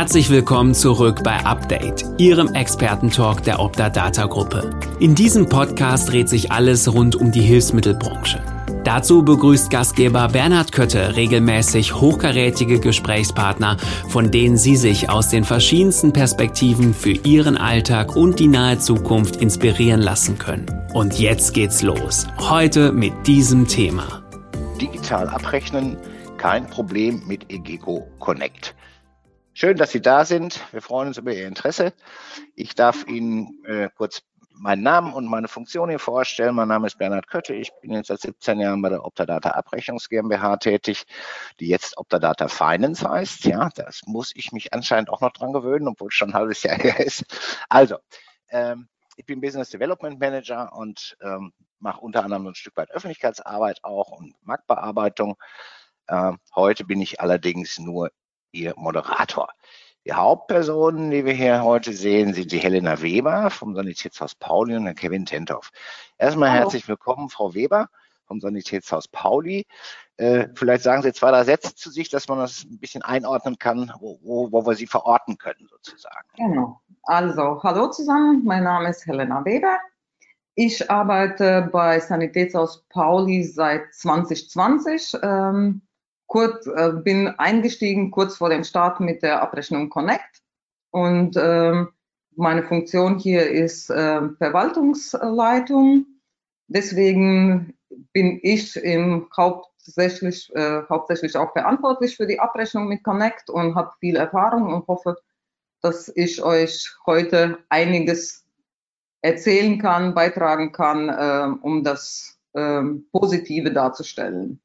Herzlich willkommen zurück bei Update, Ihrem Expertentalk der Optadata-Gruppe. In diesem Podcast dreht sich alles rund um die Hilfsmittelbranche. Dazu begrüßt Gastgeber Bernhard Kötte regelmäßig hochkarätige Gesprächspartner, von denen Sie sich aus den verschiedensten Perspektiven für Ihren Alltag und die nahe Zukunft inspirieren lassen können. Und jetzt geht's los. Heute mit diesem Thema. Digital abrechnen, kein Problem mit eGeco Connect. Schön, dass Sie da sind. Wir freuen uns über Ihr Interesse. Ich darf Ihnen kurz meinen Namen und meine Funktion hier vorstellen. Mein Name ist Bernhard Kötte. Ich bin jetzt seit 17 Jahren bei der Optadata Abrechnungs GmbH tätig, die jetzt Optadata Finance heißt. Ja, das muss ich mich anscheinend auch noch dran gewöhnen, obwohl es schon ein halbes Jahr her ist. Also, ich bin Business Development Manager und mache unter anderem so ein Stück weit Öffentlichkeitsarbeit auch und Marktbearbeitung. Heute bin ich allerdings nur Ihr Moderator. Die Hauptpersonen, die wir hier heute sehen, sind die Helena Weber vom Sanitätshaus Pauli und der Kevin Tentoff. Erstmal herzlich willkommen, Frau Weber vom Sanitätshaus Pauli. Vielleicht sagen Sie 2, 3 Sätze zu sich, dass man das ein bisschen einordnen kann, wo wir Sie verorten können sozusagen. Genau. Also, hallo zusammen, mein Name ist Helena Weber. Ich arbeite bei Sanitätshaus Pauli seit 2020. Bin eingestiegen kurz vor dem Start mit der Abrechnung Connect und meine Funktion hier ist Verwaltungsleitung. Deswegen bin ich hauptsächlich auch verantwortlich für die Abrechnung mit Connect und habe viel Erfahrung und hoffe, dass ich euch heute einiges erzählen kann, beitragen kann, um das Positive darzustellen.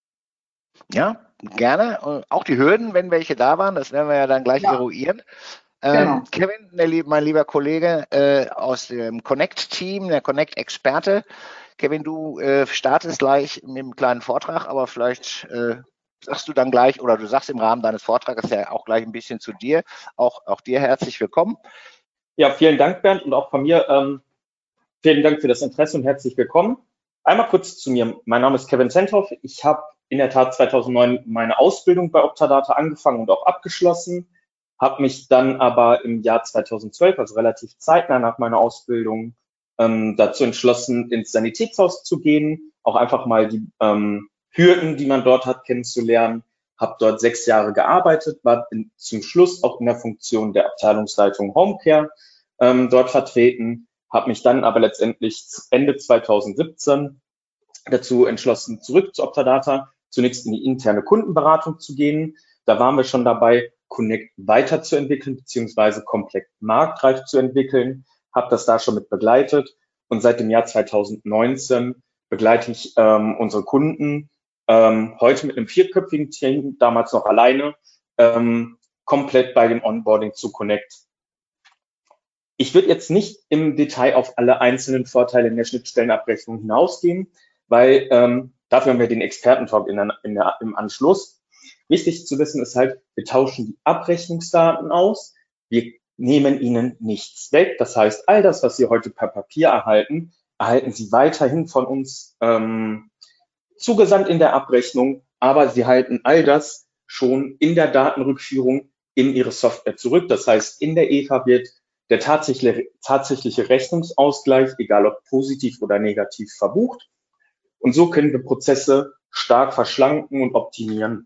Ja, gerne. Auch die Hürden, wenn welche da waren, das werden wir ja dann gleich eruieren. Genau. Kevin, mein lieber Kollege aus dem Connect-Team, der Connect-Experte. Kevin, du startest gleich mit einem kleinen Vortrag, aber vielleicht sagst du dann gleich, oder du sagst im Rahmen deines Vortrages ja auch gleich ein bisschen zu dir. Auch dir herzlich willkommen. Ja, vielen Dank, Bernd, und auch von mir vielen Dank für das Interesse und herzlich willkommen. Einmal kurz zu mir. Mein Name ist Kevin Tentoff. Ich habe in der Tat 2009 meine Ausbildung bei Optadata angefangen und auch abgeschlossen, habe mich dann aber im Jahr 2012, also relativ zeitnah nach meiner Ausbildung, dazu entschlossen, ins Sanitätshaus zu gehen, auch einfach mal die Hürden, die man dort hat, kennenzulernen. Habe dort 6 Jahre gearbeitet, war zum Schluss auch in der Funktion der Abteilungsleitung Homecare dort vertreten, habe mich dann aber letztendlich Ende 2017 dazu entschlossen, zurück zu Optadata, zunächst in die interne Kundenberatung zu gehen. Da waren wir schon dabei, Connect weiterzuentwickeln, beziehungsweise komplett marktreif zu entwickeln, habe das da schon mit begleitet und seit dem Jahr 2019 begleite ich unsere Kunden, heute mit einem 4-köpfigen Team, damals noch alleine, komplett bei dem Onboarding zu Connect. Ich würde jetzt nicht im Detail auf alle einzelnen Vorteile in der Schnittstellenabrechnung hinausgehen, weil dafür haben wir den Expertentalk im Anschluss. Wichtig zu wissen ist halt, wir tauschen die Abrechnungsdaten aus, wir nehmen ihnen nichts weg. Das heißt, all das, was Sie heute per Papier erhalten, erhalten Sie weiterhin von uns zugesandt in der Abrechnung, aber Sie halten all das schon in der Datenrückführung in Ihre Software zurück. Das heißt, in der EFA wird der tatsächliche Rechnungsausgleich, egal ob positiv oder negativ, verbucht. Und so können wir Prozesse stark verschlanken und optimieren.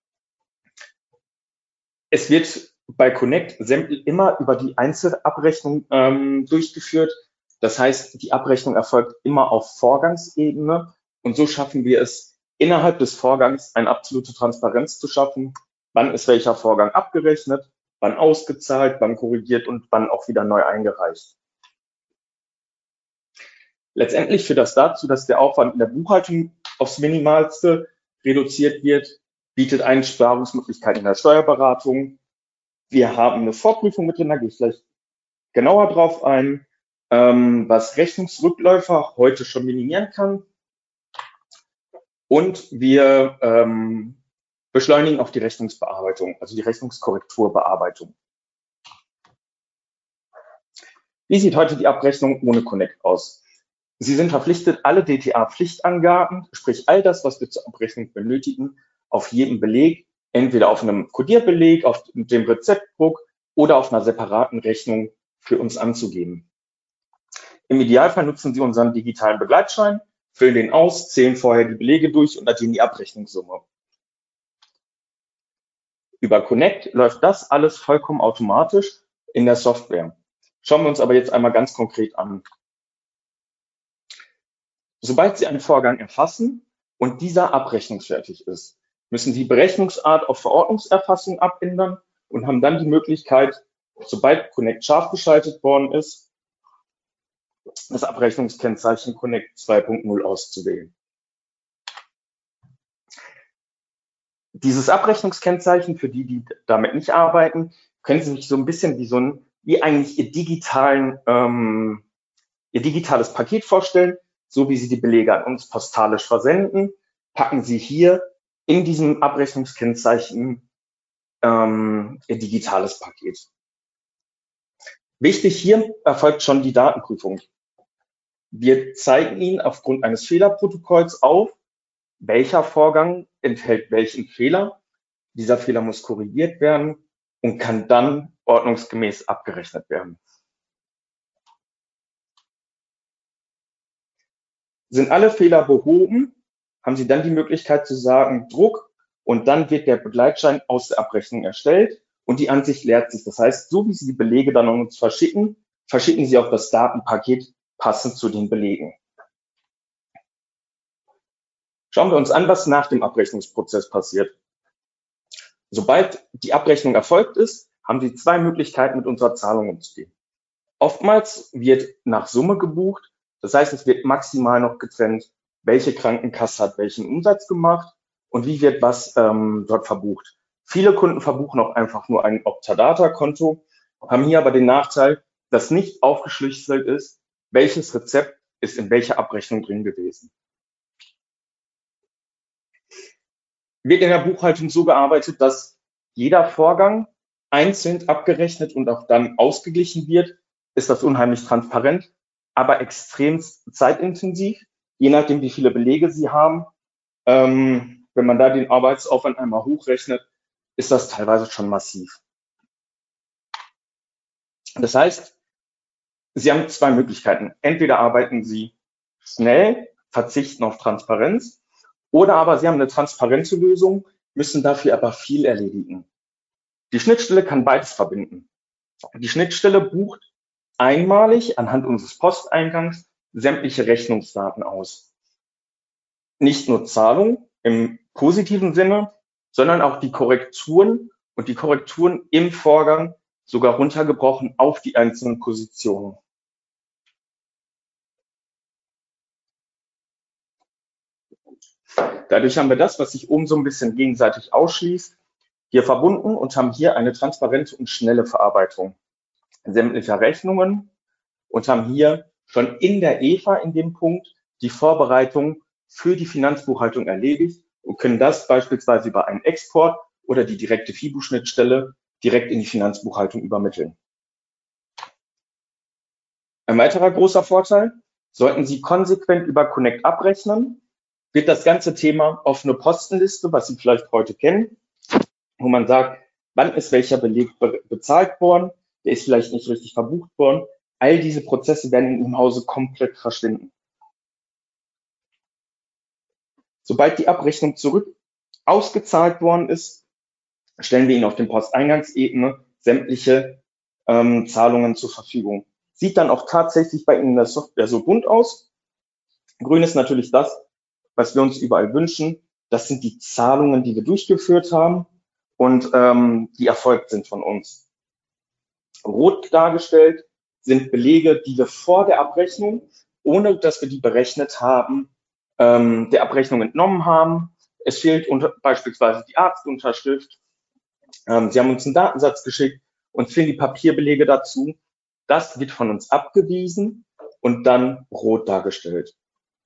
Es wird bei Connect immer über die Einzelabrechnung durchgeführt. Das heißt, die Abrechnung erfolgt immer auf Vorgangsebene. Und so schaffen wir es, innerhalb des Vorgangs eine absolute Transparenz zu schaffen. Wann ist welcher Vorgang abgerechnet, wann ausgezahlt, wann korrigiert und wann auch wieder neu eingereicht. Letztendlich führt das dazu, dass der Aufwand in der Buchhaltung aufs Minimalste reduziert wird, bietet Einsparungsmöglichkeiten in der Steuerberatung. Wir haben eine Vorprüfung mit drin, da gehe ich gleich genauer drauf ein, was Rechnungsrückläufer heute schon minimieren kann. Und wir beschleunigen auch die Rechnungsbearbeitung, also die Rechnungskorrekturbearbeitung. Wie sieht heute die Abrechnung ohne Connect aus? Sie sind verpflichtet, alle DTA-Pflichtangaben, sprich all das, was wir zur Abrechnung benötigen, auf jedem Beleg entweder auf einem Kodierbeleg, auf dem Rezeptdruck oder auf einer separaten Rechnung für uns anzugeben. Im Idealfall nutzen Sie unseren digitalen Begleitschein, füllen den aus, zählen vorher die Belege durch und addieren die Abrechnungssumme. Über Connect läuft das alles vollkommen automatisch in der Software. Schauen wir uns aber jetzt einmal ganz konkret an. Sobald Sie einen Vorgang erfassen und dieser abrechnungsfertig ist, müssen Sie die Berechnungsart auf Verordnungserfassung abändern und haben dann die Möglichkeit, sobald Connect scharf geschaltet worden ist, das Abrechnungskennzeichen Connect 2.0 auszuwählen. Dieses Abrechnungskennzeichen, für die, die damit nicht arbeiten, können Sie sich so ein bisschen wie eigentlich Ihr digitales Paket vorstellen, so wie Sie die Belege an uns postalisch versenden, packen Sie hier in diesem Abrechnungskennzeichen Ihr digitales Paket. Wichtig, hier erfolgt schon die Datenprüfung. Wir zeigen Ihnen aufgrund eines Fehlerprotokolls auf, welcher Vorgang enthält welchen Fehler. Dieser Fehler muss korrigiert werden und kann dann ordnungsgemäß abgerechnet werden. Sind alle Fehler behoben, haben Sie dann die Möglichkeit zu sagen, Druck, und dann wird der Begleitschein aus der Abrechnung erstellt und die Ansicht leert sich. Das heißt, so wie Sie die Belege dann an uns verschicken, verschicken Sie auch das Datenpaket passend zu den Belegen. Schauen wir uns an, was nach dem Abrechnungsprozess passiert. Sobald die Abrechnung erfolgt ist, haben Sie zwei Möglichkeiten, mit unserer Zahlung umzugehen. Oftmals wird nach Summe gebucht, das heißt, es wird maximal noch getrennt, welche Krankenkasse hat welchen Umsatz gemacht und wie wird was dort verbucht. Viele Kunden verbuchen auch einfach nur ein Optadata-Konto, haben hier aber den Nachteil, dass nicht aufgeschlüsselt ist, welches Rezept ist in welcher Abrechnung drin gewesen. Wird in der Buchhaltung so gearbeitet, dass jeder Vorgang einzeln abgerechnet und auch dann ausgeglichen wird, ist das unheimlich transparent, aber extrem zeitintensiv, je nachdem, wie viele Belege Sie haben. Wenn man da den Arbeitsaufwand einmal hochrechnet, ist das teilweise schon massiv. Das heißt, Sie haben zwei Möglichkeiten. Entweder arbeiten Sie schnell, verzichten auf Transparenz, oder aber Sie haben eine transparente Lösung, müssen dafür aber viel erledigen. Die Schnittstelle kann beides verbinden. Die Schnittstelle bucht einmalig anhand unseres Posteingangs sämtliche Rechnungsdaten aus. Nicht nur Zahlung im positiven Sinne, sondern auch die Korrekturen und die Korrekturen im Vorgang sogar runtergebrochen auf die einzelnen Positionen. Dadurch haben wir das, was sich oben so ein bisschen gegenseitig ausschließt, hier verbunden und haben hier eine transparente und schnelle Verarbeitung sämtlicher Rechnungen und haben hier schon in der EFA in dem Punkt die Vorbereitung für die Finanzbuchhaltung erledigt und können das beispielsweise über einen Export oder die direkte FIBU-Schnittstelle direkt in die Finanzbuchhaltung übermitteln. Ein weiterer großer Vorteil: Sollten Sie konsequent über Connect abrechnen, wird das ganze Thema offene Postenliste, was Sie vielleicht heute kennen, wo man sagt, wann ist welcher Beleg bezahlt worden, der ist vielleicht nicht richtig verbucht worden. All diese Prozesse werden im Hause komplett verschwinden. Sobald die Abrechnung zurück ausgezahlt worden ist, stellen wir Ihnen auf den Posteingangsebene sämtliche Zahlungen zur Verfügung. Sieht dann auch tatsächlich bei Ihnen in der Software so bunt aus. Grün ist natürlich das, was wir uns überall wünschen. Das sind die Zahlungen, die wir durchgeführt haben und die erfolgt sind von uns. Rot dargestellt sind Belege, die wir vor der Abrechnung, ohne dass wir die berechnet haben, der Abrechnung entnommen haben. Es fehlt beispielsweise die Arztunterschrift. Sie haben uns einen Datensatz geschickt, uns fehlen die Papierbelege dazu. Das wird von uns abgewiesen und dann rot dargestellt.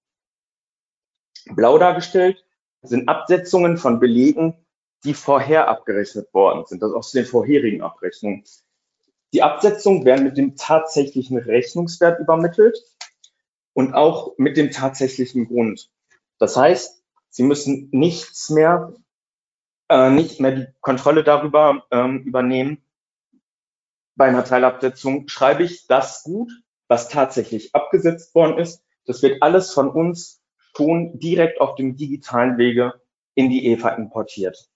Blau dargestellt sind Absetzungen von Belegen, die vorher abgerechnet worden sind, also aus den vorherigen Abrechnungen. Die Absetzungen werden mit dem tatsächlichen Rechnungswert übermittelt und auch mit dem tatsächlichen Grund. Das heißt, Sie müssen nichts mehr nicht mehr die Kontrolle darüber übernehmen. Bei einer Teilabsetzung schreibe ich das gut, was tatsächlich abgesetzt worden ist. Das wird alles von uns schon direkt auf dem digitalen Wege in die EFA importiert.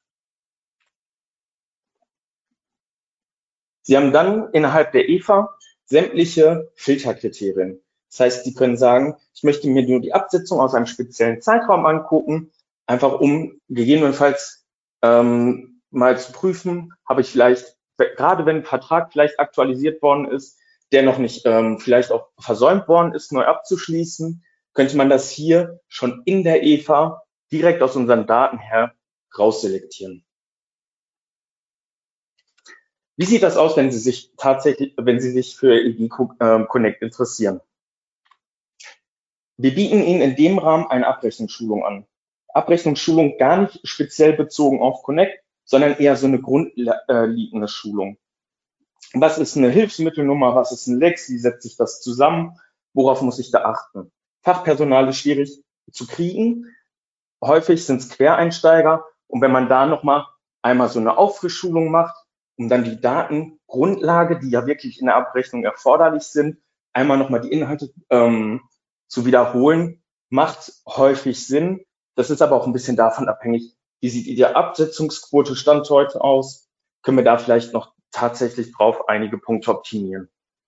Sie haben dann innerhalb der EFA sämtliche Filterkriterien. Das heißt, Sie können sagen, ich möchte mir nur die Absetzung aus einem speziellen Zeitraum angucken, einfach um gegebenenfalls mal zu prüfen, habe ich vielleicht, gerade wenn ein Vertrag vielleicht aktualisiert worden ist, der noch nicht vielleicht auch versäumt worden ist, neu abzuschließen, könnte man das hier schon in der EFA direkt aus unseren Daten her rausselektieren. Wie sieht das aus, wenn Sie sich für EGECO Connect interessieren? Wir bieten Ihnen in dem Rahmen eine Abrechnungsschulung an. Abrechnungsschulung gar nicht speziell bezogen auf Connect, sondern eher so eine grundlegende Schulung. Was ist eine Hilfsmittelnummer? Was ist ein Lex? Wie setzt sich das zusammen? Worauf muss ich da achten? Fachpersonal ist schwierig zu kriegen. Häufig sind es Quereinsteiger. Und wenn man da nochmal einmal so eine Auffrischschulung macht, um dann die Datengrundlage, die ja wirklich in der Abrechnung erforderlich sind, einmal nochmal die Inhalte zu wiederholen, macht häufig Sinn. Das ist aber auch ein bisschen davon abhängig, wie sieht die Absetzungsquote Stand heute aus? Können wir da vielleicht noch tatsächlich drauf einige Punkte optimieren?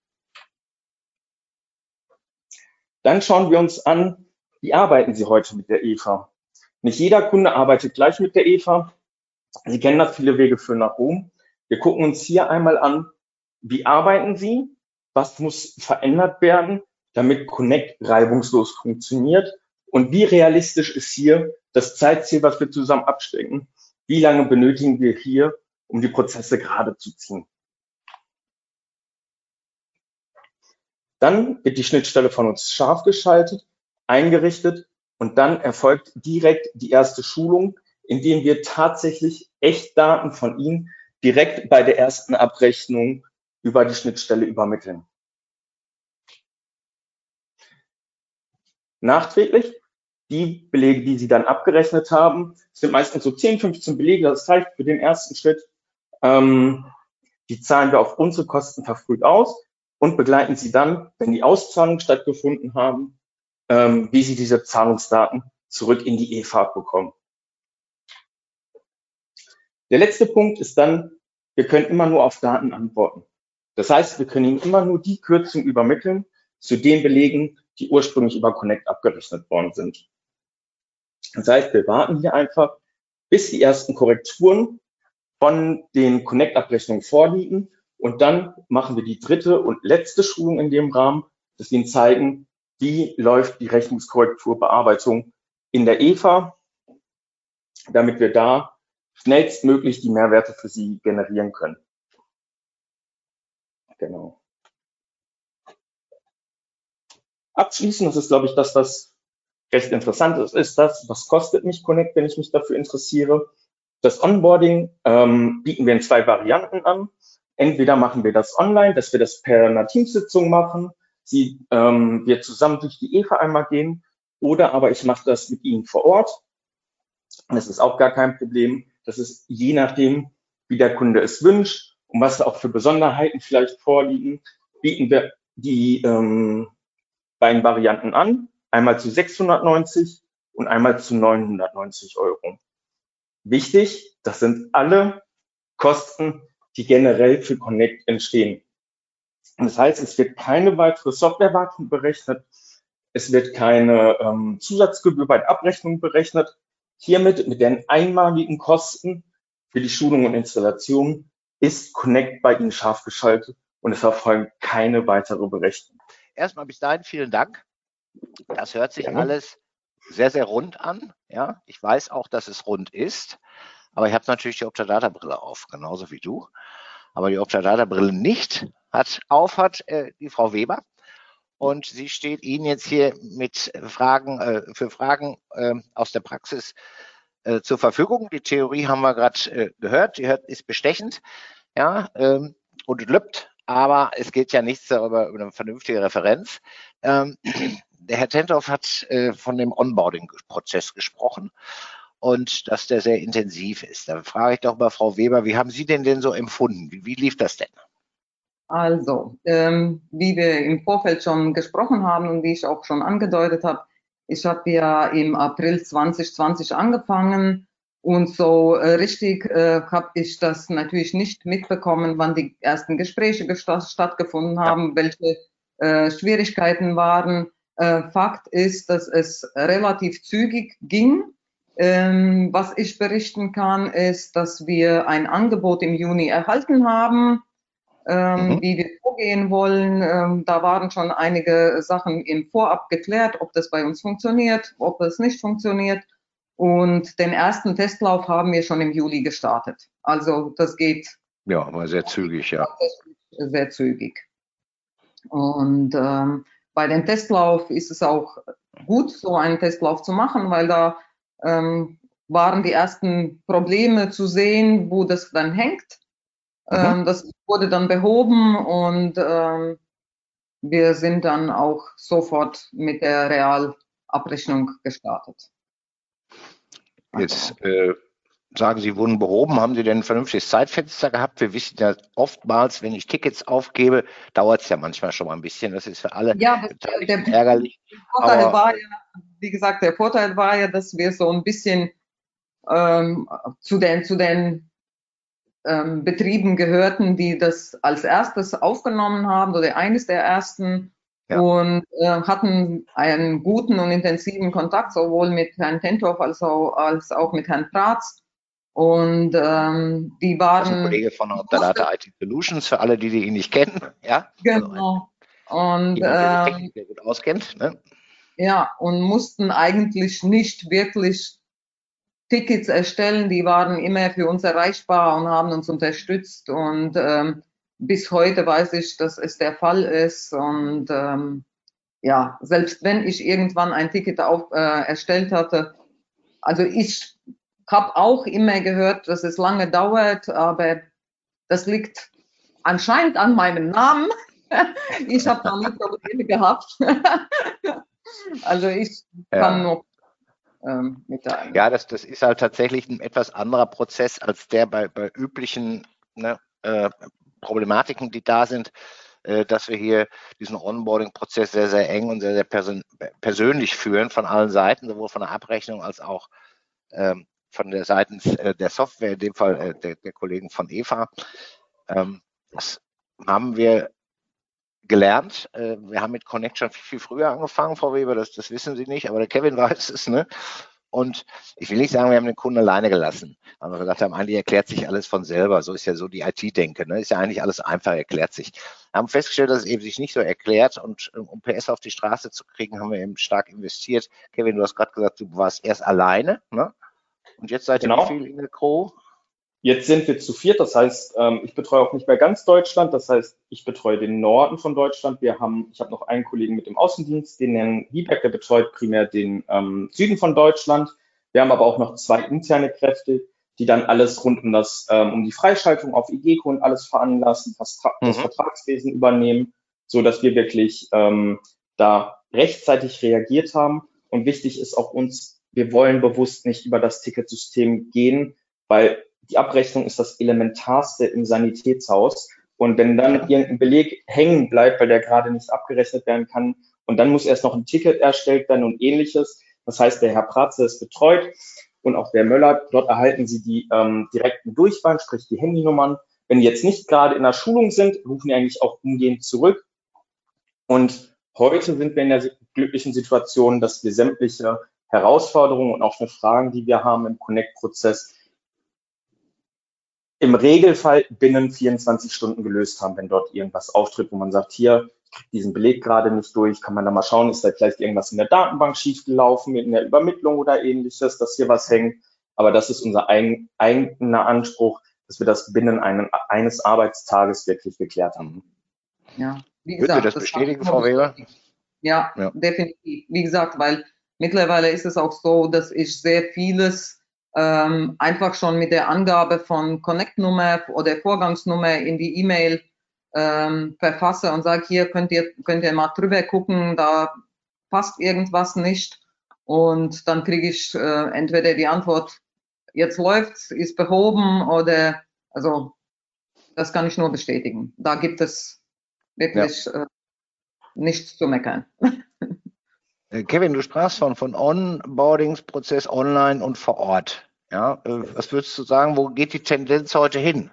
Dann schauen wir uns an, wie arbeiten Sie heute mit der EFA? Nicht jeder Kunde arbeitet gleich mit der EFA. Sie kennen das, viele Wege führen nach Rom. Wir gucken uns hier einmal an, wie arbeiten Sie? Was muss verändert werden, damit Connect reibungslos funktioniert? Und wie realistisch ist hier das Zeitziel, was wir zusammen abstecken? Wie lange benötigen wir hier, um die Prozesse gerade zu ziehen? Dann wird die Schnittstelle von uns scharf geschaltet, eingerichtet und dann erfolgt direkt die erste Schulung, indem wir tatsächlich Echtdaten von Ihnen direkt bei der ersten Abrechnung über die Schnittstelle übermitteln. Nachträglich, die Belege, die Sie dann abgerechnet haben, sind meistens so 10, 15 Belege, das reicht für den ersten Schritt. Die zahlen wir auf unsere Kosten verfrüht aus und begleiten Sie dann, wenn die Auszahlungen stattgefunden haben, wie Sie diese Zahlungsdaten zurück in die EFA bekommen. Der letzte Punkt ist dann, wir können immer nur auf Daten antworten. Das heißt, wir können Ihnen immer nur die Kürzung übermitteln zu den Belegen, die ursprünglich über Connect abgerechnet worden sind. Das heißt, wir warten hier einfach, bis die ersten Korrekturen von den Connect-Abrechnungen vorliegen und dann machen wir die dritte und letzte Schulung in dem Rahmen, dass wir Ihnen zeigen, wie läuft die Rechnungskorrekturbearbeitung in der EFA, damit wir da schnellstmöglich die Mehrwerte für Sie generieren können. Genau. Abschließend, das ist, glaube ich, das, was recht interessant ist, ist das, was kostet mich Connect, wenn ich mich dafür interessiere. Das Onboarding bieten wir in 2 Varianten an. Entweder machen wir das online, dass wir das per einer Teamsitzung machen, wir zusammen durch die EFA einmal gehen, oder aber ich mache das mit Ihnen vor Ort. Das ist auch gar kein Problem. Das ist je nachdem, wie der Kunde es wünscht und was da auch für Besonderheiten vielleicht vorliegen, bieten wir die beiden Varianten an, einmal zu 690 und einmal zu 990 €. Wichtig, das sind alle Kosten, die generell für Connect entstehen. Das heißt, es wird keine weitere Softwarewartung berechnet, es wird keine Zusatzgebühr bei der Abrechnung berechnet. Hiermit, mit den einmaligen Kosten für die Schulung und Installation, ist Connect bei Ihnen scharf geschaltet und es erfolgen keine weitere Berechnung. Erstmal bis dahin vielen Dank. Das hört sich alles sehr, sehr rund an. Ja, ich weiß auch, dass es rund ist, aber ich habe natürlich die Optadata-Brille auf, genauso wie du. Aber die Optadata-Brille nicht hat die Frau Weber. Und sie steht Ihnen jetzt hier mit Fragen, für Fragen aus der Praxis zur Verfügung. Die Theorie haben wir gerade gehört, die ist bestechend, ja, und lübt, aber es geht ja nichts darüber, über eine vernünftige Referenz. Der Herr Tenthoff hat von dem Onboarding-Prozess gesprochen und dass der sehr intensiv ist. Da frage ich doch mal Frau Weber, wie haben Sie denn so empfunden? Wie lief das denn? Also, wie wir im Vorfeld schon gesprochen haben und wie ich auch schon angedeutet habe, ich habe ja im April 2020 angefangen und so richtig habe ich das natürlich nicht mitbekommen, wann die ersten Gespräche stattgefunden haben, welche Schwierigkeiten waren. Fakt ist, dass es relativ zügig ging. Was ich berichten kann, ist, dass wir ein Angebot im Juni erhalten haben, wie wir vorgehen wollen. Da waren schon einige Sachen im Vorab geklärt, ob das bei uns funktioniert, ob es nicht funktioniert. Und den ersten Testlauf haben wir schon im Juli gestartet. Also das geht. Ja, aber sehr zügig, ja. Sehr zügig. Und bei dem Testlauf ist es auch gut, so einen Testlauf zu machen, weil da waren die ersten Probleme zu sehen, wo das dann hängt. Das wurde dann behoben und wir sind dann auch sofort mit der Realabrechnung gestartet. Jetzt sagen Sie, wurden behoben. Haben Sie denn ein vernünftiges Zeitfenster gehabt? Wir wissen ja oftmals, wenn ich Tickets aufgebe, dauert es ja manchmal schon mal ein bisschen. Das ist für alle ärgerlich. Vorteil war ja, wie gesagt, der Vorteil war ja, dass wir so ein bisschen zu den Betrieben gehörten, die das als erstes aufgenommen haben oder eines der ersten und hatten einen guten und intensiven Kontakt, sowohl mit Herrn Tentorf als auch mit Herrn Pratz. Und die waren... Das ist ein Kollege von Optadata IT Solutions, für alle, die ihn nicht kennen. Ja? Genau. Und der sich sehr gut auskennt. Ne? Ja, und mussten eigentlich nicht wirklich Tickets erstellen, die waren immer für uns erreichbar und haben uns unterstützt und bis heute weiß ich, dass es der Fall ist und ja, selbst wenn ich irgendwann ein Ticket erstellt hatte, also ich habe auch immer gehört, dass es lange dauert, aber das liegt anscheinend an meinem Namen. Ich habe noch nie Probleme gehabt. Also ich kann nur mitteilen. Ja, das ist halt tatsächlich ein etwas anderer Prozess als der bei üblichen Problematiken, die da sind, dass wir hier diesen Onboarding-Prozess sehr, sehr eng und sehr, sehr persönlich führen von allen Seiten, sowohl von der Abrechnung als auch von der Seite der Software, in dem Fall der Kollegen von EVA. Das haben wir gelernt. Wir haben mit Connect schon viel früher angefangen, Frau Weber, das wissen Sie nicht, aber der Kevin weiß es, ne? Und ich will nicht sagen, wir haben den Kunden alleine gelassen, weil wir gesagt haben, eigentlich erklärt sich alles von selber. So ist ja so die IT-Denke, ne? Ist ja eigentlich alles einfach, erklärt sich. Wir haben festgestellt, dass es eben sich nicht so erklärt und um PS auf die Straße zu kriegen, haben wir eben stark investiert. Kevin, du hast gerade gesagt, du warst erst alleine, ne? Und jetzt seid ihr wie viel in der Crew? Jetzt sind wir zu viert, das heißt, ich betreue auch nicht mehr ganz Deutschland, das heißt, ich betreue den Norden von Deutschland. Ich habe noch einen Kollegen mit dem Außendienst, den Herrn Wieberg, der betreut primär den Süden von Deutschland. Wir haben aber auch noch 2 interne Kräfte, die dann alles rund um die Freischaltung auf IGECO und alles veranlassen, das Vertragswesen übernehmen, so dass wir wirklich da rechtzeitig reagiert haben. Und wichtig ist auch uns, wir wollen bewusst nicht über das Ticketsystem gehen, weil die Abrechnung ist das Elementarste im Sanitätshaus. Und wenn dann irgendein Beleg hängen bleibt, weil der gerade nicht abgerechnet werden kann, und dann muss erst noch ein Ticket erstellt werden und ähnliches. Das heißt, der Herr Pratze ist betreut und auch der Möller. Dort erhalten Sie die direkten Durchwahlen, sprich die Handynummern. Wenn die jetzt nicht gerade in der Schulung sind, rufen die eigentlich auch umgehend zurück. Und heute sind wir in der glücklichen Situation, dass wir sämtliche Herausforderungen und auch Fragen, die wir haben im Connect-Prozess, im Regelfall binnen 24 Stunden gelöst haben, wenn dort irgendwas auftritt, wo man sagt, hier, ich kriege diesen Beleg gerade nicht durch, kann man da mal schauen, ist da vielleicht irgendwas in der Datenbank schiefgelaufen, in der Übermittlung oder ähnliches, dass hier was hängt. Aber das ist unser eigener Anspruch, dass wir das binnen eines Arbeitstages wirklich geklärt haben. Ja, wie gesagt, würden Sie das bestätigen, Frau Weber? Ja, definitiv. Wie gesagt, weil mittlerweile ist es auch so, dass ich sehr vieles einfach schon mit der Angabe von Connect-Nummer oder Vorgangsnummer in die E-Mail verfasse und sage, hier könnt ihr mal drüber gucken, da passt irgendwas nicht. Und dann kriege ich entweder die Antwort, jetzt läuft's, ist behoben oder, also das kann ich nur bestätigen. Da gibt es wirklich nichts zu meckern. Kevin, du sprachst von Onboardingsprozess online und vor Ort. Ja, was würdest du sagen, wo geht die Tendenz heute hin?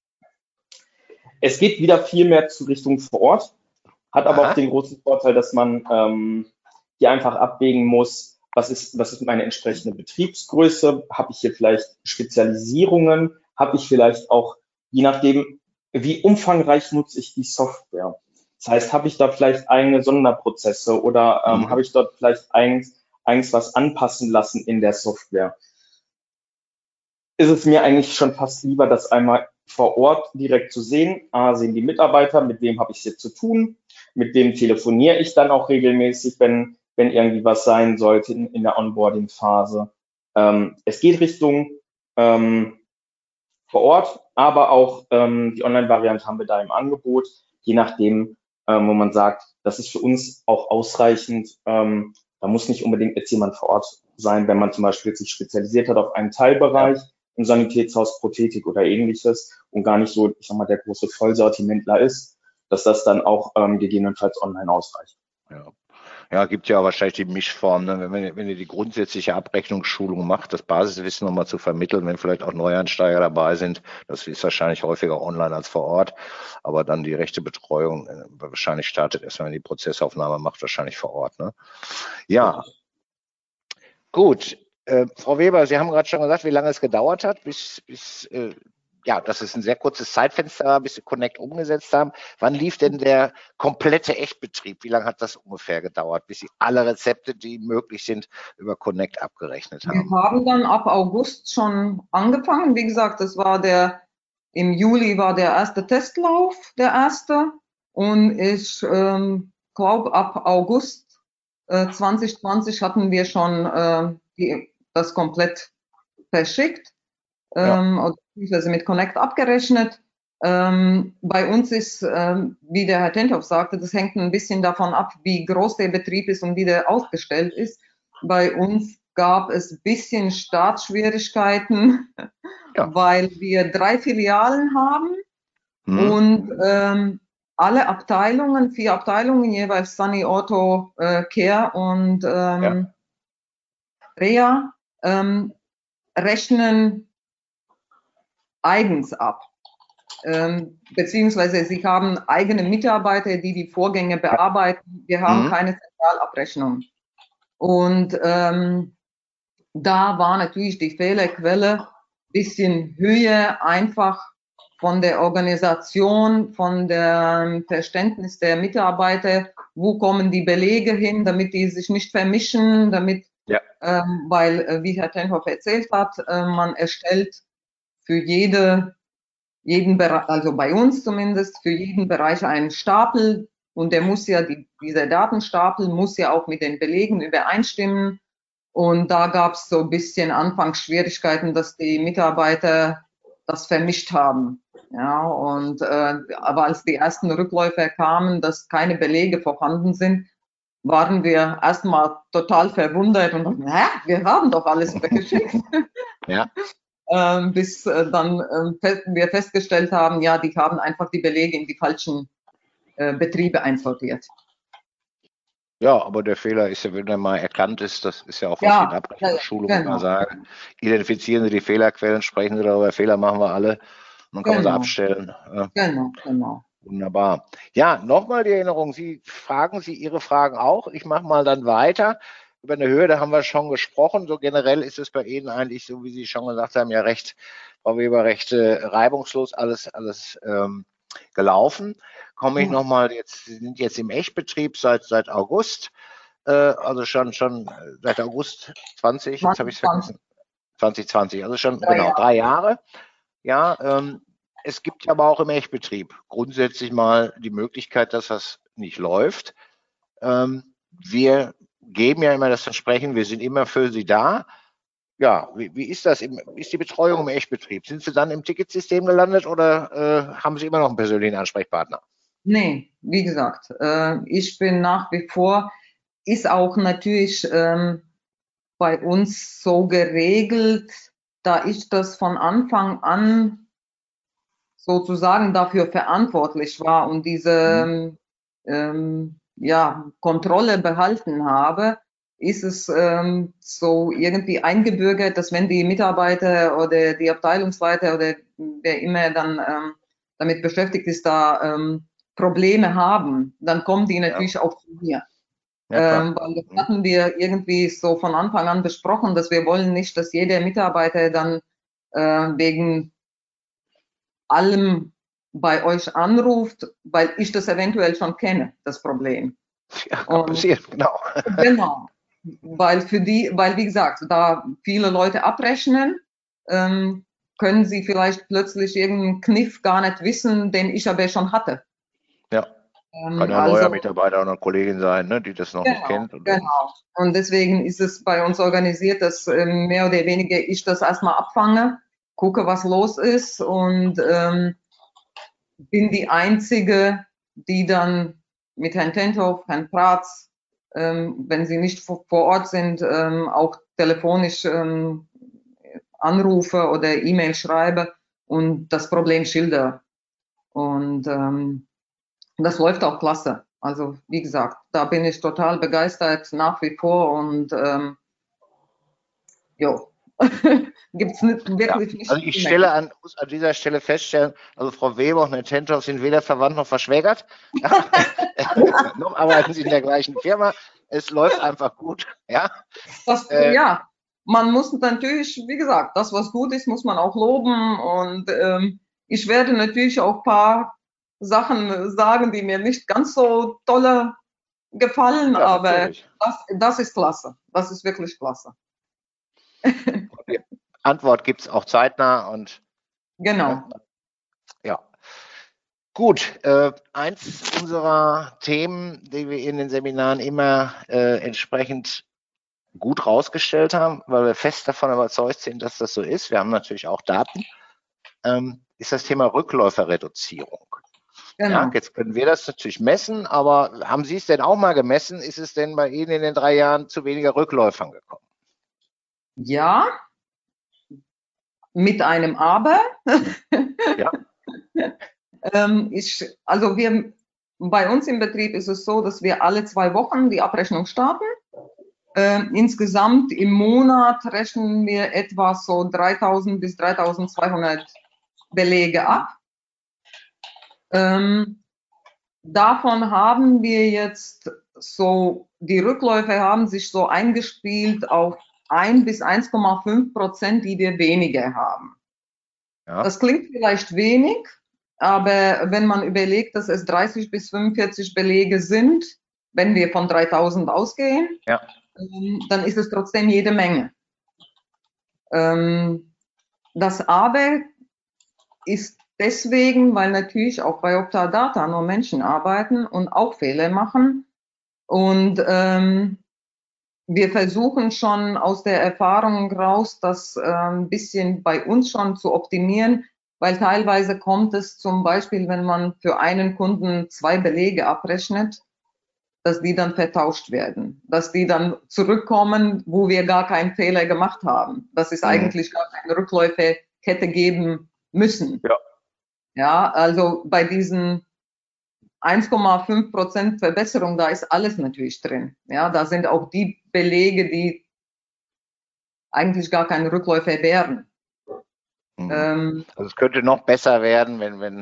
Es geht wieder viel mehr zu Richtung vor Ort, hat aber auch den großen Vorteil, dass man hier einfach abwägen muss, was ist meine entsprechende Betriebsgröße, habe ich hier vielleicht Spezialisierungen, habe ich vielleicht auch, je nachdem, wie umfangreich nutze ich die Software. Das heißt, habe ich da vielleicht eigene Sonderprozesse oder habe ich dort vielleicht eigens was anpassen lassen in der Software? Ist es mir eigentlich schon fast lieber, das einmal vor Ort direkt zu sehen. Sehen die Mitarbeiter, mit wem habe ich es jetzt zu tun, mit wem telefoniere ich dann auch regelmäßig, wenn irgendwie was sein sollte in der Onboarding-Phase. Es geht Richtung vor Ort, aber auch die Online-Variante haben wir da im Angebot, je nachdem, wo man sagt, das ist für uns auch ausreichend. Da muss nicht unbedingt jetzt jemand vor Ort sein, wenn man zum Beispiel sich spezialisiert hat auf einen Teilbereich, im Sanitätshaus, Prothetik oder ähnliches und gar nicht so, ich sag mal, der große Vollsortimentler ist, dass das dann auch gegebenenfalls online ausreicht. Ja, gibt ja wahrscheinlich die Mischform, ne? Wenn ihr die grundsätzliche Abrechnungsschulung macht, das Basiswissen nochmal zu vermitteln, wenn vielleicht auch Neueinsteiger dabei sind, das ist wahrscheinlich häufiger online als vor Ort, aber dann die rechte Betreuung wahrscheinlich startet erst, wenn man die Prozessaufnahme macht, wahrscheinlich vor Ort. Ne? Ja, gut. Frau Weber, Sie haben gerade schon gesagt, wie lange es gedauert hat, bis das ist ein sehr kurzes Zeitfenster war, bis Sie Connect umgesetzt haben. Wann lief denn der komplette Echtbetrieb? Wie lange hat das ungefähr gedauert, bis Sie alle Rezepte, die möglich sind, über Connect abgerechnet haben? Wir haben dann ab August schon angefangen. Wie gesagt, im Juli war der erste Testlauf, der erste. Und ich glaube, ab August 2020 hatten wir schon das komplett verschickt, beziehungsweise mit Connect abgerechnet. Bei uns ist, wie der Herr Tenthoff sagte, das hängt ein bisschen davon ab, wie groß der Betrieb ist und wie der aufgestellt ist. Bei uns gab es ein bisschen Startschwierigkeiten, weil wir 3 Filialen haben und alle Abteilungen, 4 Abteilungen, jeweils Sunny Auto, Care und Rea, rechnen eigens ab. Beziehungsweise sie haben eigene Mitarbeiter, die die Vorgänge bearbeiten. Wir haben keine Zentralabrechnung. Und da war natürlich die Fehlerquelle ein bisschen höher, einfach von der Organisation, von dem Verständnis der Mitarbeiter, wo kommen die Belege hin, damit die sich nicht vermischen, damit, weil, wie Herr Tenthoff erzählt hat, man erstellt für jeden Bereich, also bei uns zumindest, für jeden Bereich einen Stapel und der muss ja, dieser Datenstapel muss ja auch mit den Belegen übereinstimmen. Und da gab es so ein bisschen anfangs Schwierigkeiten, dass die Mitarbeiter das vermischt haben. Ja, und aber als die ersten Rückläufer kamen, dass keine Belege vorhanden sind, waren wir erstmal total verwundert und dachten, wir haben doch alles weggeschickt. Bis dann wir festgestellt haben, ja, die haben einfach die Belege in die falschen Betriebe einsortiert. Ja, aber der Fehler ist ja, wenn er mal erkannt ist, das ist ja auch was in Abrechnungsschulung immer sagen. Identifizieren Sie die Fehlerquellen, sprechen Sie darüber, Fehler machen wir alle, und dann kann man sie abstellen. Genau. Wunderbar. Ja, nochmal die Erinnerung, Sie Ihre Fragen auch. Ich mache mal dann weiter. Über eine Höhe, da haben wir schon gesprochen. So generell ist es bei Ihnen eigentlich, so wie Sie schon gesagt haben, ja recht, Frau Weber, recht reibungslos alles gelaufen. Komme ich nochmal, Sie sind jetzt im Echtbetrieb seit August, also schon seit August 20, jetzt habe ich es vergessen, 2020, also schon 3 Jahre. Ja, es gibt aber auch im Echtbetrieb grundsätzlich mal die Möglichkeit, dass das nicht läuft. Wir geben ja immer das Versprechen, wir sind immer für Sie da. Ja, wie ist das? Ist die Betreuung im Echtbetrieb? Sind Sie dann im Ticketsystem gelandet oder haben Sie immer noch einen persönlichen Ansprechpartner? Nee, wie gesagt, ich bin nach wie vor, ist auch natürlich bei uns so geregelt, da ich das von Anfang an sozusagen dafür verantwortlich war und diese Kontrolle behalten habe, ist es so irgendwie eingebürgert, dass wenn die Mitarbeiter oder die Abteilungsleiter oder wer immer dann damit beschäftigt ist, da Probleme haben, dann kommen die natürlich auch zu mir. Weil das hatten wir irgendwie so von Anfang an besprochen, dass wir wollen nicht, dass jeder Mitarbeiter dann wegen allem bei euch anruft, weil ich das eventuell schon kenne, das Problem. Ja, kann passieren, genau. Genau. Weil wie gesagt, da viele Leute abrechnen, können sie vielleicht plötzlich irgendeinen Kniff gar nicht wissen, den ich aber schon hatte. Ja. Kann ja ein neuer Mitarbeiter oder eine Kollegin sein, ne, die das noch nicht kennt. Genau. Und deswegen ist es bei uns organisiert, dass mehr oder weniger ich das erstmal abfange, gucke, was los ist und bin die Einzige, die dann mit Herrn Tenthoff, Herrn Pratz, wenn sie nicht vor Ort sind, auch telefonisch anrufe oder E-Mail schreibe und das Problem schilder. Und das läuft auch klasse. Also wie gesagt, da bin ich total begeistert nach wie vor und gibt es wirklich nicht. Also ich stelle muss an dieser Stelle feststellen, also Frau Weber und Herr Tenthoff sind weder verwandt noch verschwägert. Noch arbeiten sie in der gleichen Firma. Es läuft einfach gut. Ja. Man muss natürlich, wie gesagt, das, was gut ist, muss man auch loben. Und ich werde natürlich auch ein paar Sachen sagen, die mir nicht ganz so toll gefallen, aber das ist klasse. Das ist wirklich klasse. Die Antwort gibt es auch zeitnah und genau. Ja. Gut, eins unserer Themen, die wir in den Seminaren immer entsprechend gut rausgestellt haben, weil wir fest davon überzeugt sind, dass das so ist. Wir haben natürlich auch Daten, ist das Thema Rückläuferreduzierung. Genau. Ja, jetzt können wir das natürlich messen, aber haben Sie es denn auch mal gemessen? Ist es denn bei Ihnen in den 3 Jahren zu weniger Rückläufern gekommen? Ja, mit einem Aber. Ja. Bei uns im Betrieb ist es so, dass wir alle 2 Wochen die Abrechnung starten. Insgesamt im Monat rechnen wir etwa so 3.000 bis 3.200 Belege ab. Davon haben wir jetzt so, die Rückläufe haben sich so eingespielt auf 1 bis 1,5%, die wir weniger haben. Ja. Das klingt vielleicht wenig, aber wenn man überlegt, dass es 30 bis 45 Belege sind, wenn wir von 3.000 ausgehen, ja, dann ist es trotzdem jede Menge. Das Aber ist deswegen, weil natürlich auch bei Optadata nur Menschen arbeiten und auch Fehler machen. Und wir versuchen schon aus der Erfahrung raus, das ein bisschen bei uns schon zu optimieren, weil teilweise kommt es zum Beispiel, wenn man für einen Kunden 2 Belege abrechnet, dass die dann vertauscht werden, dass die dann zurückkommen, wo wir gar keinen Fehler gemacht haben, dass es eigentlich gar keine Rückläuferkette geben müssen. Ja, ja, also bei diesen 1,5% Verbesserung, da ist alles natürlich drin. Ja, da sind auch die Belege, die eigentlich gar keine Rückläufer wären. Also es könnte noch besser werden, wenn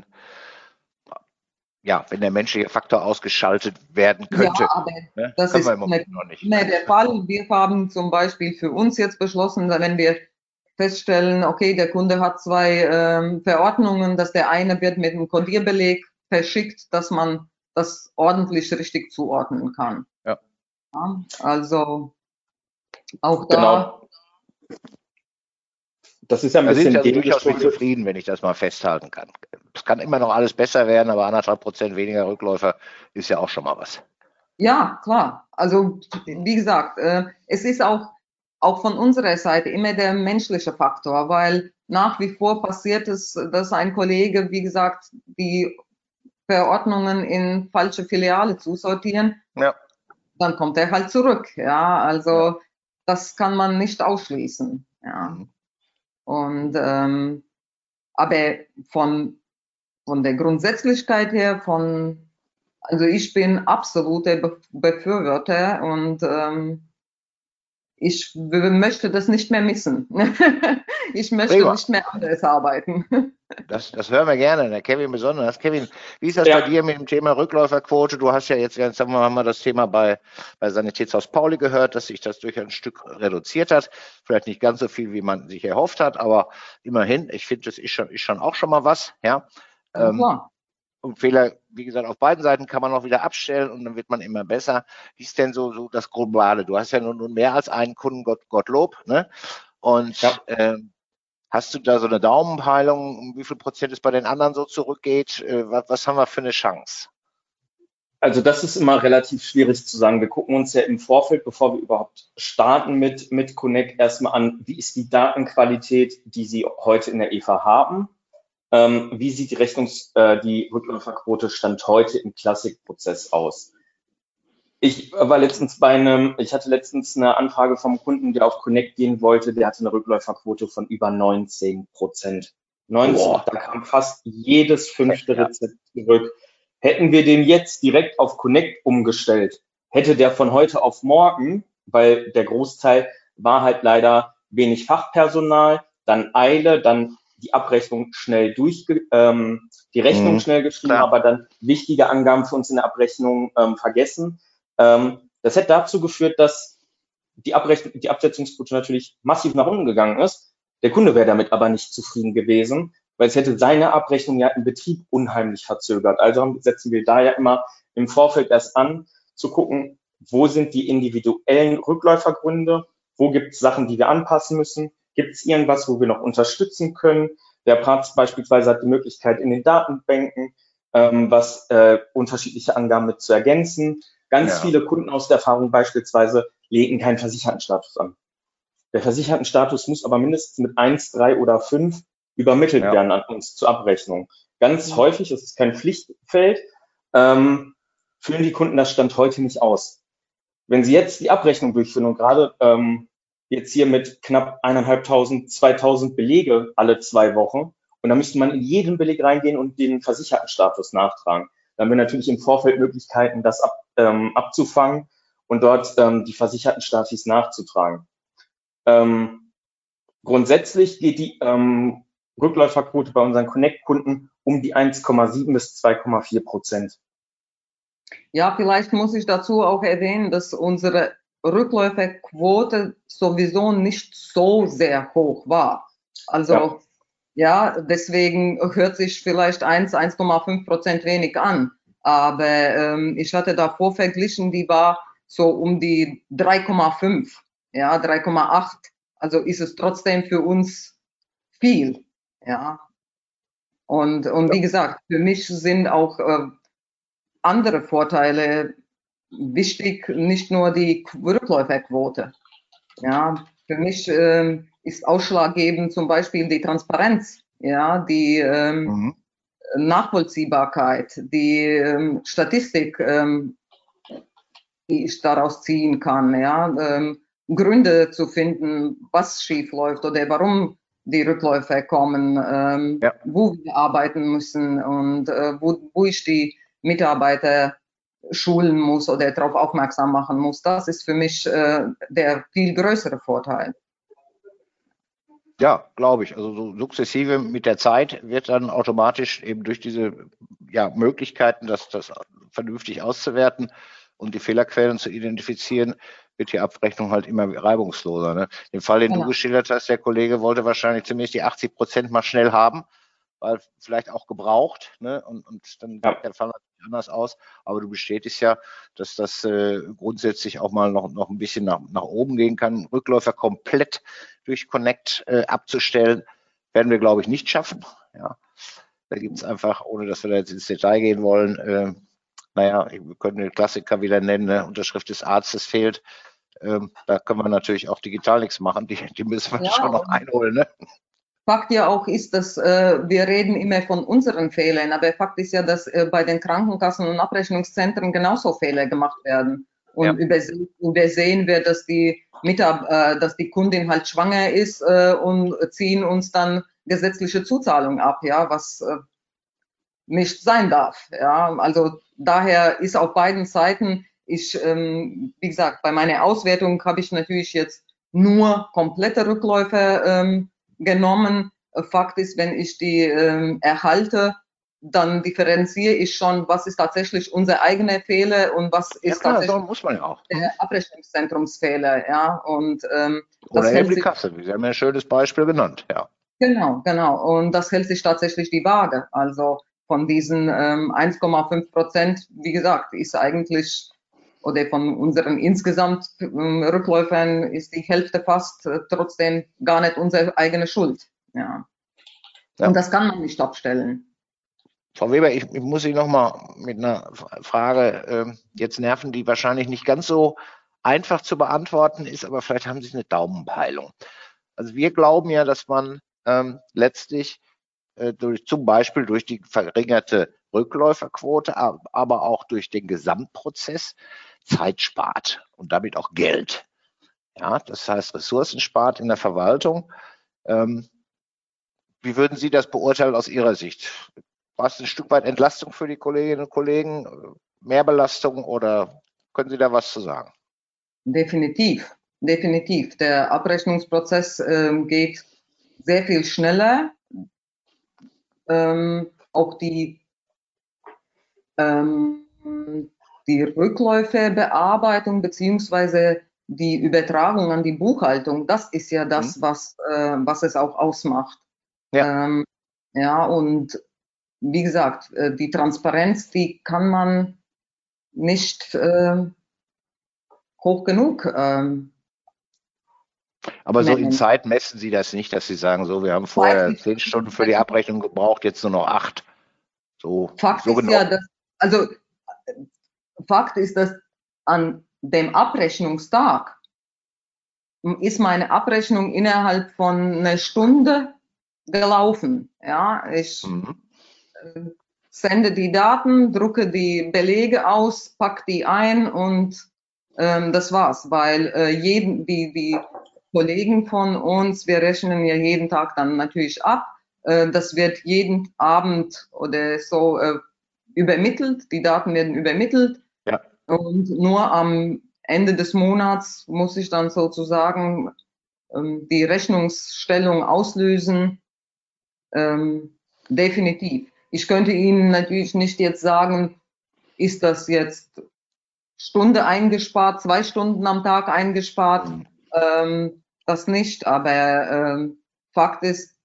der menschliche Faktor ausgeschaltet werden könnte. Ja, aber das ist noch nicht mehr der Fall. Wir haben zum Beispiel für uns jetzt beschlossen, wenn wir feststellen, okay, der Kunde hat 2 Verordnungen, dass der eine wird mit einem Kodierbeleg verschickt, dass man das ordentlich richtig zuordnen kann. Ja. Ja, also auch da. Genau. Das ist ja ein bisschen durchaus zufrieden, wenn ich das mal festhalten kann. Es kann immer noch alles besser werden, aber 1,5% weniger Rückläufer ist ja auch schon mal was. Ja, klar. Also wie gesagt, es ist auch von unserer Seite immer der menschliche Faktor, weil nach wie vor passiert es, dass ein Kollege, wie gesagt, die Verordnungen in falsche Filiale zusortieren. Ja. Dann kommt er halt zurück. Ja, also das kann man nicht ausschließen. Ja. Und aber von der Grundsätzlichkeit her, also ich bin absoluter Befürworter und ich möchte das nicht mehr missen. Ich möchte nicht mehr anders arbeiten. Das hören wir gerne, der Kevin besonders. Kevin, wie ist das bei dir mit dem Thema Rückläuferquote? Du hast ja jetzt, sagen wir mal, das Thema bei Sanitätshaus Pauli gehört, dass sich das durch ein Stück reduziert hat. Vielleicht nicht ganz so viel, wie man sich erhofft hat, aber immerhin, ich finde, das ist schon auch schon mal was. Ja. Und Fehler, wie gesagt, auf beiden Seiten kann man auch wieder abstellen und dann wird man immer besser. Wie ist denn so das Globale? Du hast ja nun mehr als einen Kunden, Gottlob, ne? Und hast du da so eine Daumenpeilung, wie viel Prozent es bei den anderen so zurückgeht? Was haben wir für eine Chance? Also das ist immer relativ schwierig zu sagen. Wir gucken uns ja im Vorfeld, bevor wir überhaupt starten mit Connect, erstmal an, wie ist die Datenqualität, die Sie heute in der EVA haben? Wie sieht die Rückläuferquote Stand heute im Classic-Prozess aus? Ich hatte letztens eine Anfrage vom Kunden, der auf Connect gehen wollte, der hatte eine Rückläuferquote von über 19%. Da kam fast jedes 5. Rezept zurück. Hätten wir den jetzt direkt auf Connect umgestellt, hätte der von heute auf morgen, weil der Großteil war halt leider wenig Fachpersonal, dann Eile, dann die Abrechnung schnell die Rechnung schnell geschrieben, aber dann wichtige Angaben für uns in der Abrechnung vergessen. Das hätte dazu geführt, dass die Absetzungsquote natürlich massiv nach unten gegangen ist. Der Kunde wäre damit aber nicht zufrieden gewesen, weil es hätte seine Abrechnung ja im Betrieb unheimlich verzögert. Also setzen wir da ja immer im Vorfeld erst an, zu gucken, wo sind die individuellen Rückläufergründe, wo gibt es Sachen, die wir anpassen müssen, gibt es irgendwas, wo wir noch unterstützen können. Der Arzt beispielsweise hat die Möglichkeit, in den Datenbanken unterschiedliche Angaben mit zu ergänzen. Ganz viele Kunden aus der Erfahrung beispielsweise legen keinen Versichertenstatus an. Der Versichertenstatus muss aber mindestens mit 1, 3 oder 5 übermittelt werden an uns zur Abrechnung. Ganz häufig, es ist kein Pflichtfeld, führen die Kunden das Stand heute nicht aus. Wenn Sie jetzt die Abrechnung durchführen und gerade jetzt hier mit knapp 1.500, 2.000 Belege alle 2 Wochen und dann müsste man in jeden Beleg reingehen und den Versichertenstatus nachtragen. Dann haben wir natürlich im Vorfeld Möglichkeiten, das abzufangen und dort die Versichertenstatis nachzutragen. Grundsätzlich geht die Rückläuferquote bei unseren Connect-Kunden um die 1,7 bis 2,4%. Ja, vielleicht muss ich dazu auch erwähnen, dass unsere Rückläuferquote sowieso nicht so sehr hoch war. Also deswegen hört sich vielleicht 1,5% wenig an. Aber ich hatte davor verglichen, die war so um die 3,5, 3,8. Also ist es trotzdem für uns viel. Ja. Und wie gesagt, für mich sind auch andere Vorteile wichtig, nicht nur die Rückläuferquote. Ja, für mich ist ausschlaggebend zum Beispiel die Transparenz, die Nachvollziehbarkeit, die Statistik, die ich daraus ziehen kann, Gründe zu finden, was schief läuft oder warum die Rückläufer kommen, wo wir arbeiten müssen und wo ich die Mitarbeiter schulen muss oder darauf aufmerksam machen muss. Das ist für mich der viel größere Vorteil. Ja, glaube ich. Also so sukzessive mit der Zeit wird dann automatisch eben durch diese Möglichkeiten, das vernünftig auszuwerten und die Fehlerquellen zu identifizieren, wird die Abrechnung halt immer reibungsloser. Ne? Den Fall, den du geschildert hast, der Kollege wollte wahrscheinlich zumindest die 80% mal schnell haben, weil vielleicht auch gebraucht, ne? Und dann sieht der Fall natürlich anders aus. Aber du bestätigst ja, dass das grundsätzlich auch mal noch ein bisschen nach oben gehen kann. Rückläufer komplett durch Connect abzustellen, werden wir, glaube ich, nicht schaffen. Ja. Da gibt es einfach, ohne dass wir da jetzt ins Detail gehen wollen, wir können den Klassiker wieder nennen, ne? Unterschrift des Arztes fehlt. Da können wir natürlich auch digital nichts machen. Die müssen wir schon noch einholen. Ne? Fakt ja auch ist, dass wir reden immer von unseren Fehlern, aber Fakt ist ja, dass bei den Krankenkassen und Abrechnungszentren genauso Fehler gemacht werden. und übersehen wir, dass dass die Kundin halt schwanger ist und ziehen uns dann gesetzliche Zuzahlungen ab, ja, was nicht sein darf. Ja, also daher ist auf beiden Seiten, wie gesagt, bei meiner Auswertung habe ich natürlich jetzt nur komplette Rückläufe genommen. Fakt ist, wenn ich die Ja, erhalte, dann differenziere ich schon, was ist tatsächlich unser eigener Fehler und was ist klar, so tatsächlich muss man ja auch. der Abrechnungszentrumsfehler. Ja, und Oder das eben hält die sich, Kasse. Sie haben ja ein schönes Beispiel genannt. Ja. genau. Und das hält sich tatsächlich die Waage. Also von diesen 1,5%, wie gesagt, ist eigentlich, oder von unseren insgesamt Rückläufern ist die Hälfte fast trotzdem gar nicht unsere eigene Schuld. Ja. Ja. Und das kann man nicht abstellen. Frau Weber, ich muss Sie noch mal mit einer Frage jetzt nerven, die wahrscheinlich nicht ganz so einfach zu beantworten ist, aber vielleicht haben Sie eine Daumenpeilung. Also wir glauben ja, dass man letztlich zum Beispiel durch die verringerte Rückläuferquote, aber auch durch den Gesamtprozess Zeit spart und damit auch Geld. Ja, das heißt, Ressourcen spart in der Verwaltung. Wie würden Sie das beurteilen aus Ihrer Sicht? War es ein Stück weit Entlastung für die Kolleginnen und Kollegen, Mehrbelastung oder können Sie da was zu sagen? Definitiv. Der Abrechnungsprozess geht sehr viel schneller. Auch die Rückläuferbearbeitung beziehungsweise die Übertragung an die Buchhaltung, das ist ja das, was es auch ausmacht. Ja. Ja, und wie gesagt, die Transparenz, die kann man nicht hoch genug Aber so in nennen. Zeit messen Sie das nicht, dass Sie sagen, so, wir haben vorher 10 Stunden für die Abrechnung gebraucht, jetzt nur noch 8. Fakt ist, dass an dem Abrechnungstag ist meine Abrechnung innerhalb von einer Stunde gelaufen. Ja, ich sende die Daten, drucke die Belege aus, packe die ein und das war's, weil die Kollegen von uns, wir rechnen ja jeden Tag dann natürlich ab. Das wird jeden Abend oder so übermittelt, die Daten werden übermittelt. Ja. Und nur am Ende des Monats muss ich dann sozusagen die Rechnungsstellung auslösen. Definitiv. Ich könnte Ihnen natürlich nicht jetzt sagen, ist das jetzt Stunde eingespart, 2 Stunden am Tag eingespart, das nicht, aber Fakt ist,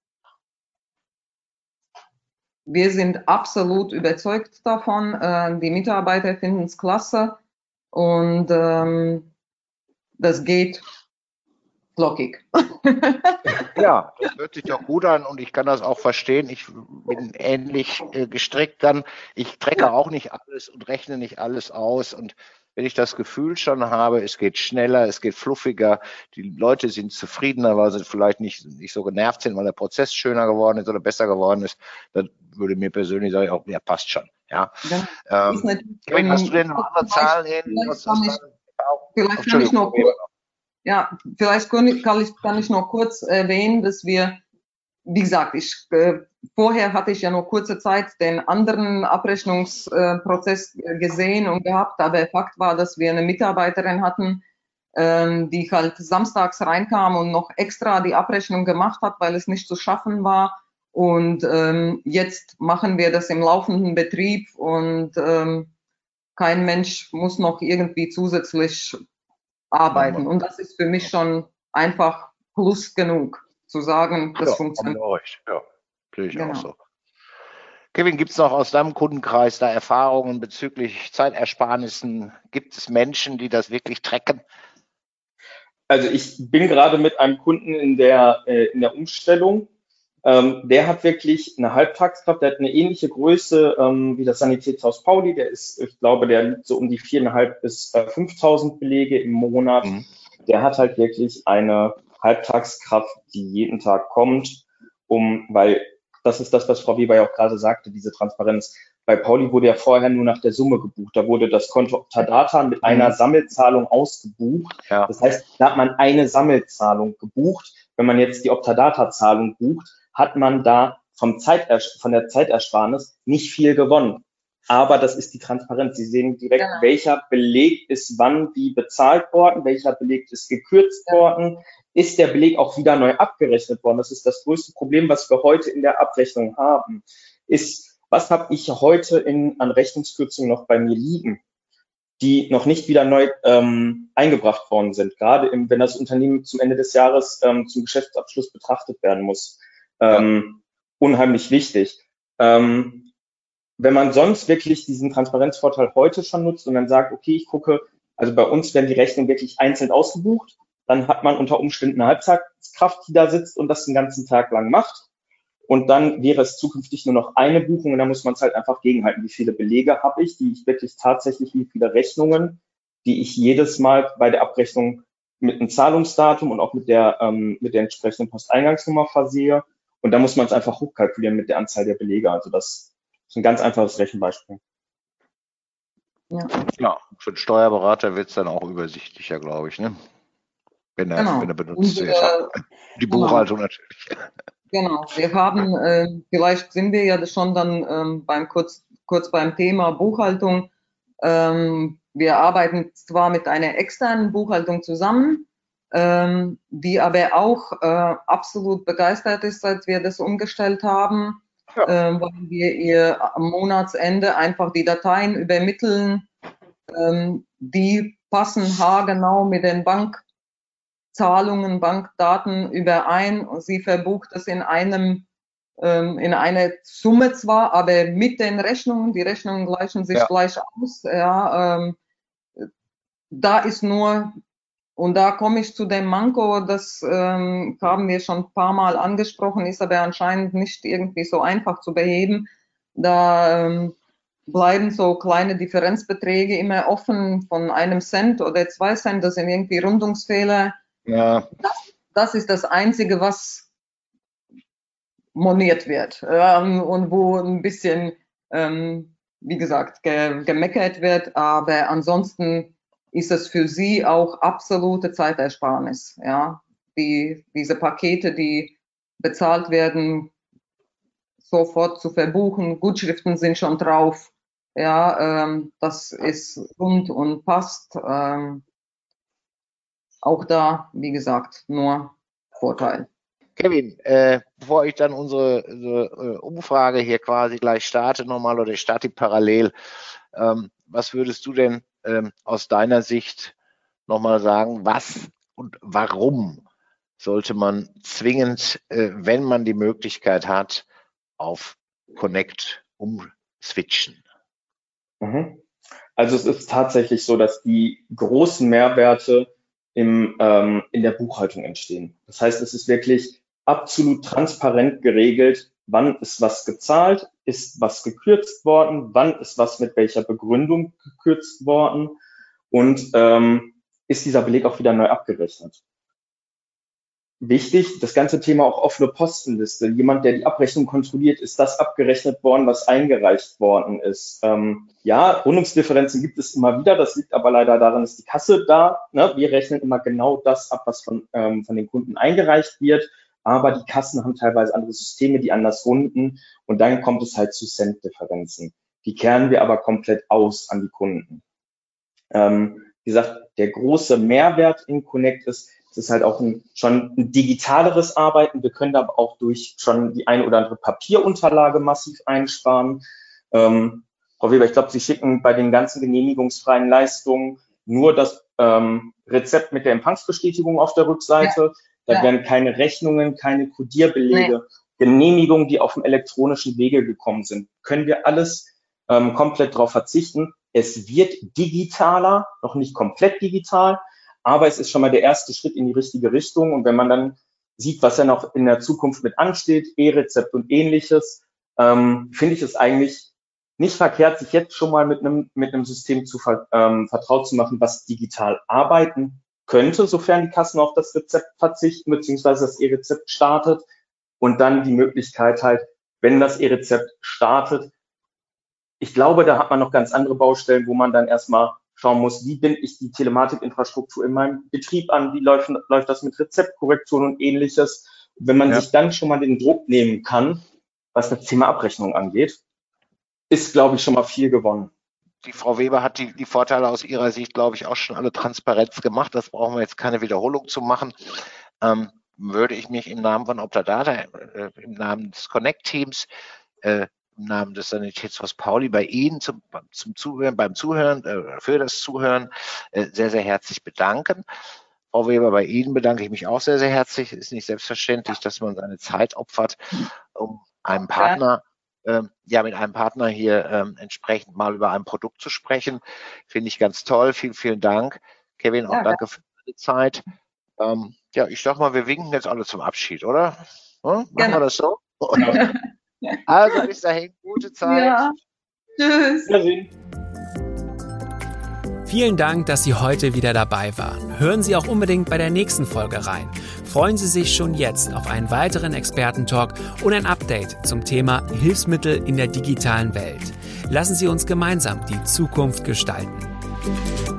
wir sind absolut überzeugt davon, die Mitarbeiter finden es klasse und das geht flockig. Ja, das hört sich doch gut an und ich kann das auch verstehen. Ich bin ähnlich gestrickt dann. Ich trecke auch nicht alles und rechne nicht alles aus und wenn ich das Gefühl schon habe, es geht schneller, es geht fluffiger, die Leute sind zufriedener, weil sie vielleicht nicht so genervt sind, weil der Prozess schöner geworden ist oder besser geworden ist, dann würde mir persönlich sagen, auch, ja, passt schon. Ja. Kevin, hast du denn noch andere Zahlen hin? Vielleicht kann ich noch kurz, ja, vielleicht kann ich noch kurz erwähnen, dass wir, wie gesagt, vorher hatte ich ja nur kurze Zeit den anderen Abrechnungsprozess gesehen und gehabt, aber Fakt war, dass wir eine Mitarbeiterin hatten, die halt samstags reinkam und noch extra die Abrechnung gemacht hat, weil es nicht zu schaffen war. Und jetzt machen wir das im laufenden Betrieb und kein Mensch muss noch irgendwie zusätzlich arbeiten. Und das ist für mich schon einfach Plus genug, zu sagen, das funktioniert. Ja, sehe ich auch so. Kevin, gibt es noch aus deinem Kundenkreis da Erfahrungen bezüglich Zeitersparnissen? Gibt es Menschen, die das wirklich tracken? Also ich bin gerade mit einem Kunden in der Umstellung. Der hat wirklich eine Halbtagskraft, der hat eine ähnliche Größe wie das Sanitätshaus Pauli. Der ist, ich glaube, der liegt so um die 4.500 bis 5.000 Belege im Monat. Der hat halt wirklich eine Halbtagskraft, die jeden Tag kommt, weil das ist das, was Frau Weber ja auch gerade sagte, diese Transparenz. Bei Pauli wurde ja vorher nur nach der Summe gebucht. Da wurde das Konto Optadata mit einer Sammelzahlung ausgebucht. Ja. Das heißt, da hat man eine Sammelzahlung gebucht. Wenn man jetzt die Optadata-Zahlung bucht, hat man da von der Zeitersparnis nicht viel gewonnen. Aber das ist die Transparenz. Sie sehen direkt, welcher Beleg ist wann wie bezahlt worden, welcher Beleg ist gekürzt worden. Ist der Beleg auch wieder neu abgerechnet worden? Das ist das größte Problem, was wir heute in der Abrechnung haben. Was habe ich heute an Rechnungskürzungen noch bei mir liegen, die noch nicht wieder neu eingebracht worden sind, gerade wenn das Unternehmen zum Ende des Jahres zum Geschäftsabschluss betrachtet werden muss. Unheimlich wichtig. Wenn man sonst wirklich diesen Transparenzvorteil heute schon nutzt und dann sagt, okay, ich gucke, also bei uns werden die Rechnungen wirklich einzeln ausgebucht, dann hat man unter Umständen eine Halbtagskraft, die da sitzt und das den ganzen Tag lang macht. Und dann wäre es zukünftig nur noch eine Buchung und dann muss man es halt einfach gegenhalten. Wie viele Belege habe ich, die ich wirklich tatsächlich, wie viele Rechnungen, die ich jedes Mal bei der Abrechnung mit einem Zahlungsdatum und auch mit der entsprechenden Posteingangsnummer versehe. Und da muss man es einfach hochkalkulieren mit der Anzahl der Belege. Also das ist ein ganz einfaches Rechenbeispiel. Ja, für den Steuerberater wird es dann auch übersichtlicher, glaube ich, ne? Wenn er benutzt wird. Die Buchhaltung natürlich. Genau, wir haben, vielleicht sind wir ja schon dann kurz beim Thema Buchhaltung. Wir arbeiten zwar mit einer externen Buchhaltung zusammen, die aber auch absolut begeistert ist, seit wir das umgestellt haben, weil wir ihr am Monatsende einfach die Dateien übermitteln, die passen haargenau mit den Bankzahlungen, Bankdaten überein und sie verbucht es in eine Summe zwar, aber mit den Rechnungen, die Rechnungen gleichen sich gleich aus. Da ist nur, und da komme ich zu dem Manko, das haben wir schon ein paar Mal angesprochen, ist aber anscheinend nicht irgendwie so einfach zu beheben. Da bleiben so kleine Differenzbeträge immer offen von 1 Cent oder 2 Cent, das sind irgendwie Rundungsfehler. Ja. Das ist das Einzige, was moniert wird und wo ein bisschen, wie gesagt, gemeckert wird. Aber ansonsten ist es für Sie auch absolute Zeitersparnis. Ja? Diese Pakete, die bezahlt werden, sofort zu verbuchen. Gutschriften sind schon drauf. Ja, das ist rund und passt. Auch da, wie gesagt, nur Vorteil. Kevin, bevor ich dann unsere Umfrage hier quasi gleich starte nochmal oder ich starte parallel, was würdest du denn aus deiner Sicht nochmal sagen, was und warum sollte man zwingend, wenn man die Möglichkeit hat, auf Connect umswitchen? Also es ist tatsächlich so, dass die großen Mehrwerte in der Buchhaltung entstehen. Das heißt, es ist wirklich absolut transparent geregelt, wann ist was gezahlt, ist was gekürzt worden, wann ist was mit welcher Begründung gekürzt worden und ist dieser Beleg auch wieder neu abgerechnet. Wichtig, das ganze Thema auch offene Postenliste. Jemand, der die Abrechnung kontrolliert, ist das abgerechnet worden, was eingereicht worden ist. Ja, Rundungsdifferenzen gibt es immer wieder. Das liegt aber leider daran, dass die Kasse da, ne, wir rechnen immer genau das ab, was von den Kunden eingereicht wird. Aber die Kassen haben teilweise andere Systeme, die anders runden. Und dann kommt es halt zu Cent-Differenzen. Die kehren wir aber komplett aus an die Kunden. Wie gesagt, der große Mehrwert in Connect ist, es ist halt auch schon ein digitaleres Arbeiten. Wir können aber auch durch schon die eine oder andere Papierunterlage massiv einsparen. Frau Weber, ich glaube, Sie schicken bei den ganzen genehmigungsfreien Leistungen nur das Rezept mit der Empfangsbestätigung auf der Rückseite. Da werden keine Rechnungen, keine Kodierbelege, Genehmigungen, die auf dem elektronischen Wege gekommen sind. Können wir alles komplett darauf verzichten. Es wird digitaler, noch nicht komplett digital, aber es ist schon mal der erste Schritt in die richtige Richtung. Und wenn man dann sieht, was ja noch in der Zukunft mit ansteht, E-Rezept und ähnliches, finde ich es eigentlich nicht verkehrt, sich jetzt schon mal mit einem System vertraut zu machen, was digital arbeiten könnte, sofern die Kassen auf das Rezept verzichten, beziehungsweise das E-Rezept startet. Und dann die Möglichkeit halt, wenn das E-Rezept startet, Ich glaube, da hat man noch ganz andere Baustellen, wo man dann erstmal schauen muss, wie binde ich die Telematikinfrastruktur in meinem Betrieb an, wie läuft das mit Rezeptkorrektion und ähnliches. Und wenn man sich dann schon mal den Druck nehmen kann, was das Thema Abrechnung angeht, ist, glaube ich, schon mal viel gewonnen. Die Frau Weber hat die Vorteile aus ihrer Sicht, glaube ich, auch schon alle Transparenz gemacht. Das brauchen wir jetzt keine Wiederholung zu machen. Würde ich mich im Namen von Optadata, im Namen des Connect-Teams, im Namen des Sanitätshaus Pauli bei Ihnen zum Zuhören, für das Zuhören sehr, sehr herzlich bedanken. Frau Weber, bei Ihnen bedanke ich mich auch sehr, sehr herzlich. Es ist nicht selbstverständlich, dass man seine Zeit opfert, um einem Partner, mit einem Partner hier entsprechend mal über ein Produkt zu sprechen. Finde ich ganz toll. Vielen, vielen Dank. Kevin, auch danke für deine Zeit. Ich sag mal, wir winken jetzt alle zum Abschied, oder? Machen wir das so? Also bis dahin, gute Zeit. Ja. Tschüss. Vielen Dank, dass Sie heute wieder dabei waren. Hören Sie auch unbedingt bei der nächsten Folge rein. Freuen Sie sich schon jetzt auf einen weiteren Expertentalk und ein Update zum Thema Hilfsmittel in der digitalen Welt. Lassen Sie uns gemeinsam die Zukunft gestalten.